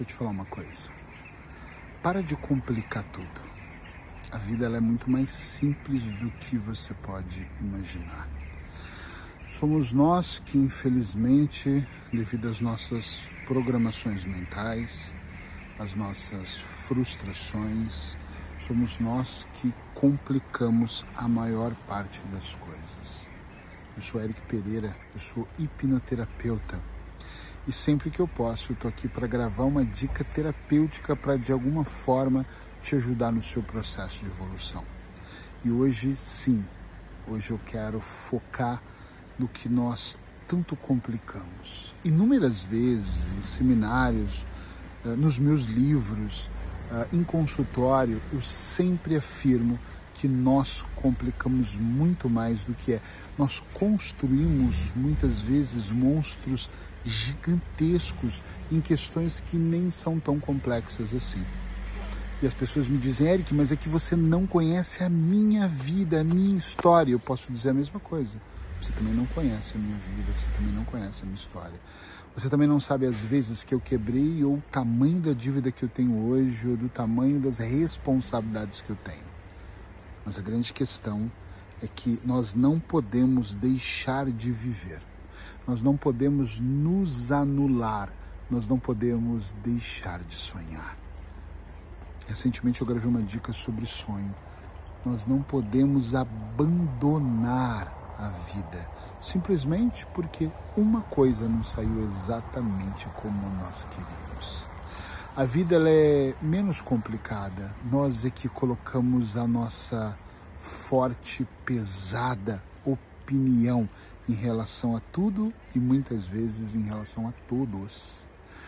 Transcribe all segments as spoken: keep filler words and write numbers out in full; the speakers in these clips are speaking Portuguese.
Deixa eu te falar uma coisa. Para de complicar tudo. A vida ela é muito mais simples do que você pode imaginar. Somos nós que, infelizmente, devido às nossas programações mentais, às nossas frustrações, somos nós que complicamos a maior parte das coisas. Eu sou Eric Pereira, eu sou hipnoterapeuta. E sempre que eu posso, eu estou aqui para gravar uma dica terapêutica para, de alguma forma, te ajudar no seu processo de evolução. E hoje, sim, hoje eu quero focar no que nós tanto complicamos. Inúmeras vezes, em seminários, nos meus livros, em consultório, eu sempre afirmo que nós complicamos muito mais do que é. Nós construímos, muitas vezes, monstros gigantescos em questões que nem são tão complexas assim. E as pessoas me dizem, Eric, mas é que você não conhece a minha vida, a minha história. Eu posso dizer a mesma coisa. Você também não conhece a minha vida, você também não conhece a minha história. Você também não sabe as vezes que eu quebrei, ou o tamanho da dívida que eu tenho hoje, ou do tamanho das responsabilidades que eu tenho. Mas a grande questão é que nós não podemos deixar de viver. Nós não podemos nos anular. Nós não podemos deixar de sonhar. Recentemente eu gravei uma dica sobre sonho. Nós não podemos abandonar a vida, simplesmente porque uma coisa não saiu exatamente como nós queríamos. A vida ela é menos complicada, nós é que colocamos a nossa forte, pesada opinião em relação a tudo e muitas vezes em relação a todos.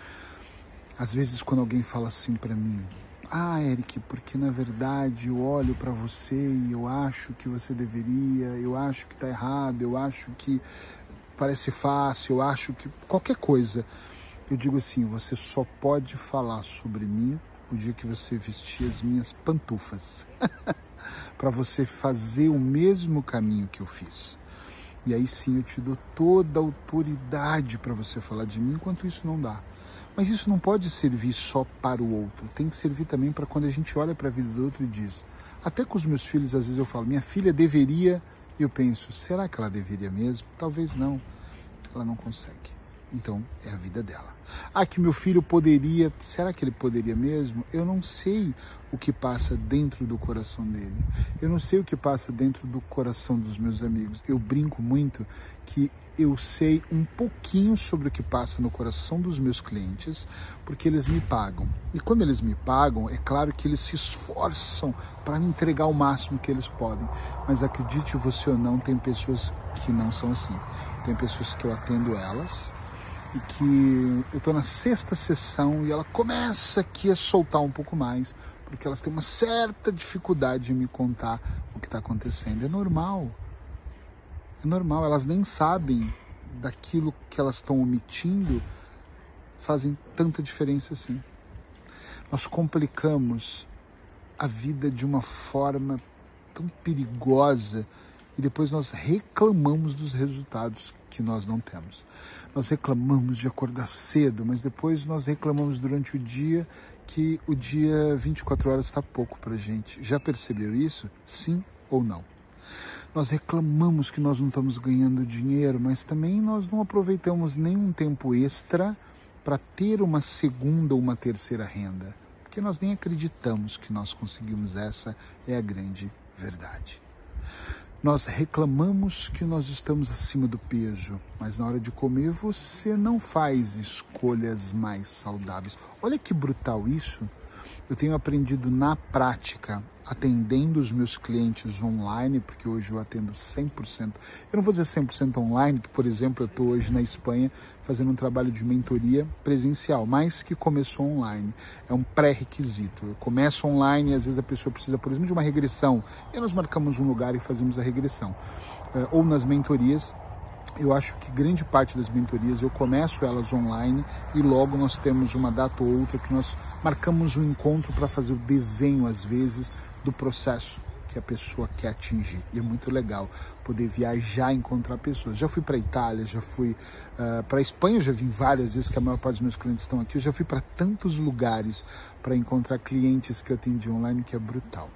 Às vezes quando alguém fala assim para mim, ah, Eric, porque na verdade eu olho para você e eu acho que você deveria, eu acho que tá errado, eu acho que parece fácil, eu acho que qualquer coisa. Eu digo assim, você só pode falar sobre mim o dia que você vestir as minhas pantufas. Para você fazer o mesmo caminho que eu fiz. E aí sim eu te dou toda a autoridade para você falar de mim, enquanto isso não dá. Mas isso não pode servir só para o outro, tem que servir também para quando a gente olha para a vida do outro e diz, até com os meus filhos às vezes eu falo, minha filha deveria, e eu penso, será que ela deveria mesmo? Talvez não, ela não consegue, então é a vida dela. Ah, que meu filho poderia, será que ele poderia mesmo? Eu não sei o que passa dentro do coração dele, eu não sei o que passa dentro do coração dos meus amigos, eu brinco muito que eu sei um pouquinho sobre o que passa no coração dos meus clientes, porque eles me pagam. E quando eles me pagam, é claro que eles se esforçam para me entregar o máximo que eles podem. Mas acredite você ou não, tem pessoas que não são assim. Tem pessoas que eu atendo elas e que eu estou na sexta sessão e ela começa aqui a soltar um pouco mais, porque elas têm uma certa dificuldade de me contar o que está acontecendo. É normal. É normal, elas nem sabem daquilo que elas estão omitindo, fazem tanta diferença assim. Nós complicamos a vida de uma forma tão perigosa e depois nós reclamamos dos resultados que nós não temos. Nós reclamamos de acordar cedo, mas depois nós reclamamos durante o dia que o dia vinte e quatro horas está pouco pra gente. Já perceberam isso? Sim ou não? Nós reclamamos que nós não estamos ganhando dinheiro, mas também nós não aproveitamos nenhum tempo extra para ter uma segunda ou uma terceira renda, porque nós nem acreditamos que nós conseguimos, essa é a grande verdade. Nós reclamamos que nós estamos acima do peso, mas na hora de comer você não faz escolhas mais saudáveis. Olha que brutal isso. Eu tenho aprendido na prática, atendendo os meus clientes online, porque hoje eu atendo cem por cento. Eu não vou dizer cem por cento online, que, por exemplo, eu estou hoje na Espanha fazendo um trabalho de mentoria presencial, mas que começou online. É um pré-requisito. Eu começo online e às vezes a pessoa precisa, por exemplo, de uma regressão. E nós marcamos um lugar e fazemos a regressão. Ou nas mentorias, eu acho que grande parte das mentorias eu começo elas online e logo nós temos uma data ou outra que nós marcamos um encontro para fazer o desenho, às vezes, do processo que a pessoa quer atingir. E é muito legal poder viajar e encontrar pessoas. Já fui para a Itália, já fui uh, para a Espanha, já vim várias vezes, que a maior parte dos meus clientes estão aqui. Eu já fui para tantos lugares para encontrar clientes que eu atendi online, que é brutal.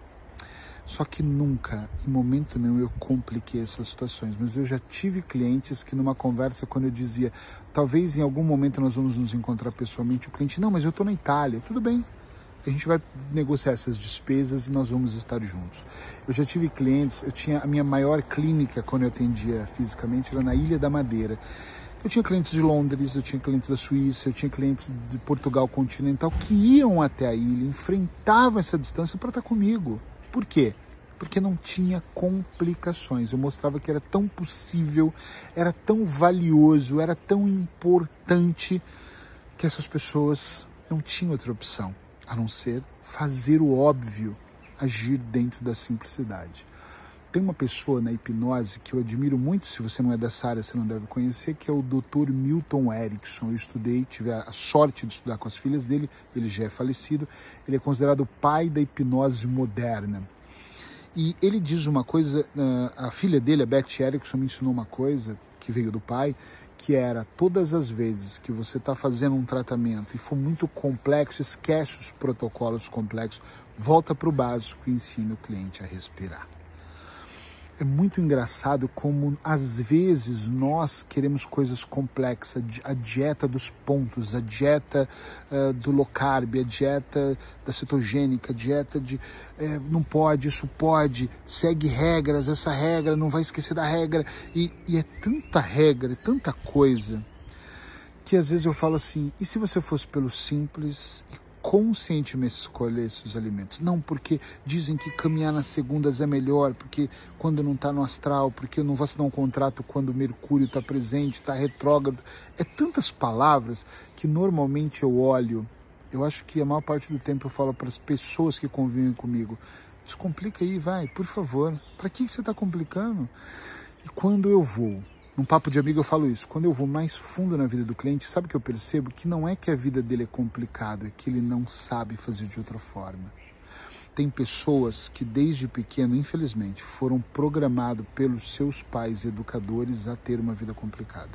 Só que nunca, em momento nenhum, eu compliquei essas situações. Mas eu já tive clientes que numa conversa, quando eu dizia, talvez em algum momento nós vamos nos encontrar pessoalmente, o cliente, não, mas eu estou na Itália, tudo bem. A gente vai negociar essas despesas e nós vamos estar juntos. Eu já tive clientes, eu tinha a minha maior clínica quando eu atendia fisicamente, era na Ilha da Madeira. Eu tinha clientes de Londres, eu tinha clientes da Suíça, eu tinha clientes de Portugal continental que iam até a ilha, enfrentavam essa distância para estar comigo. Por quê? Porque não tinha complicações. Eu mostrava que era tão possível, era tão valioso, era tão importante que essas pessoas não tinham outra opção, a não ser fazer o óbvio, agir dentro da simplicidade. Tem uma pessoa na hipnose que eu admiro muito, se você não é dessa área, você não deve conhecer, que é o doutor Milton Erickson. Eu estudei, tive a sorte de estudar com as filhas dele, ele já é falecido, ele é considerado o pai da hipnose moderna. E ele diz uma coisa, a filha dele, a Beth Erickson, me ensinou uma coisa que veio do pai, que era, todas as vezes que você está fazendo um tratamento e for muito complexo, esquece os protocolos complexos, volta para o básico e ensina o cliente a respirar. É muito engraçado como, às vezes, nós queremos coisas complexas, a dieta dos pontos, a dieta uh, do low carb, a dieta da cetogênica, a dieta de uh, não pode, isso pode, segue regras, essa regra, não vai esquecer da regra. E, e é tanta regra, é tanta coisa, que às vezes eu falo assim, e se você fosse pelo simples e conscientemente escolher esses alimentos? Não, porque dizem que caminhar nas segundas é melhor, porque quando não está no astral, porque eu não vou assinar um contrato quando o Mercúrio está presente, está retrógrado. É tantas palavras que normalmente eu olho, eu acho que a maior parte do tempo eu falo para as pessoas que convivem comigo, descomplica aí, vai, por favor, para que você está complicando? E quando eu vou, num papo de amigo eu falo isso, quando eu vou mais fundo na vida do cliente, sabe o que eu percebo? Que não é que a vida dele é complicada, é que ele não sabe fazer de outra forma. Tem pessoas que desde pequeno, infelizmente, foram programados pelos seus pais educadores a ter uma vida complicada.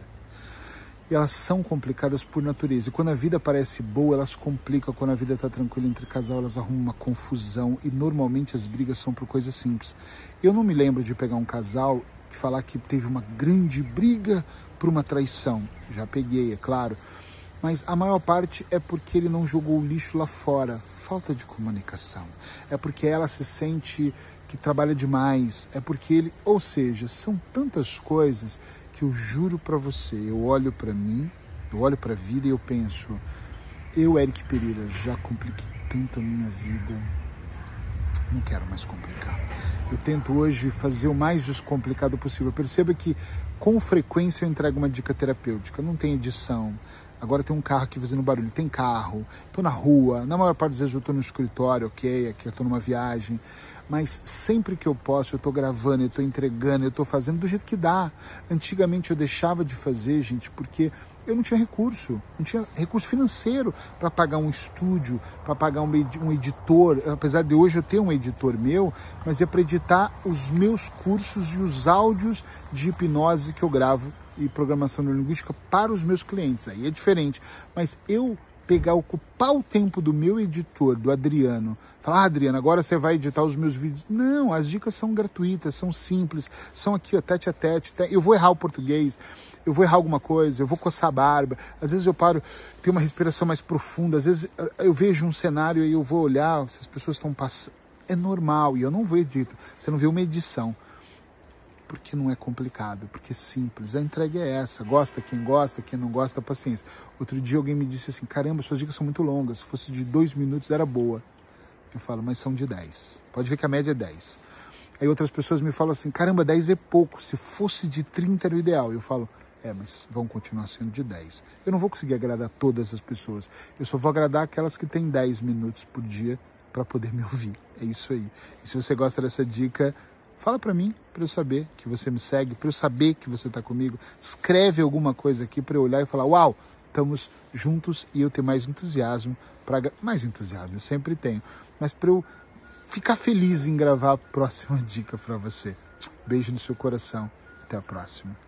E elas são complicadas por natureza. E quando a vida parece boa, elas complicam. Quando a vida está tranquila entre casal, elas arrumam uma confusão. E normalmente as brigas são por coisas simples. Eu não me lembro de pegar um casal e falar que teve uma grande briga por uma traição. Já peguei, é claro. Mas a maior parte é porque ele não jogou o lixo lá fora. Falta de comunicação. É porque ela se sente que trabalha demais. É porque ele... Ou seja, são tantas coisas que eu juro para você, eu olho para mim, eu olho para a vida e eu penso, eu, Eric Pereira, já compliquei tanto a minha vida, não quero mais complicar. Eu tento hoje fazer o mais descomplicado possível. Perceba que com frequência eu entrego uma dica terapêutica, não tem edição. Agora tem um carro aqui fazendo barulho, tem carro, estou na rua, na maior parte das vezes eu estou no escritório, ok, aqui eu estou numa viagem, mas sempre que eu posso eu estou gravando, eu estou entregando, eu estou fazendo do jeito que dá. Antigamente eu deixava de fazer, gente, porque eu não tinha recurso, não tinha recurso financeiro para pagar um estúdio, para pagar um, um editor, apesar de hoje eu ter um editor meu, mas é para editar os meus cursos e os áudios de hipnose que eu gravo e programação neurolinguística para os meus clientes. Aí é diferente, mas eu pegar, ocupar o tempo do meu editor, do Adriano, falar, ah, Adriano, agora você vai editar os meus vídeos. Não, as dicas são gratuitas, são simples, são aqui, ó, tete a tete, eu vou errar o português, eu vou errar alguma coisa, eu vou coçar a barba, às vezes eu paro, tenho uma respiração mais profunda, às vezes eu vejo um cenário e eu vou olhar, se as pessoas estão passando, é normal, e eu não vou editar, você não vê uma edição. Porque não é complicado, porque é simples. A entrega é essa. Gosta quem gosta, quem não gosta, paciência. Outro dia alguém me disse assim, caramba, suas dicas são muito longas. Se fosse de dois minutos, era boa. Eu falo, mas são de dez. Pode ver que a média é dez. Aí outras pessoas me falam assim, caramba, dez é pouco. Se fosse de trinta era o ideal. Eu falo, é, mas vão continuar sendo de dez. Eu não vou conseguir agradar todas as pessoas. Eu só vou agradar aquelas que têm dez minutos por dia para poder me ouvir. É isso aí. E se você gosta dessa dica, fala para mim, para eu saber que você me segue, para eu saber que você está comigo. Escreve alguma coisa aqui para eu olhar e falar, uau, estamos juntos e eu ter mais entusiasmo, pra... mais entusiasmo, eu sempre tenho, mas para eu ficar feliz em gravar a próxima dica para você. Beijo no seu coração. Até a próxima.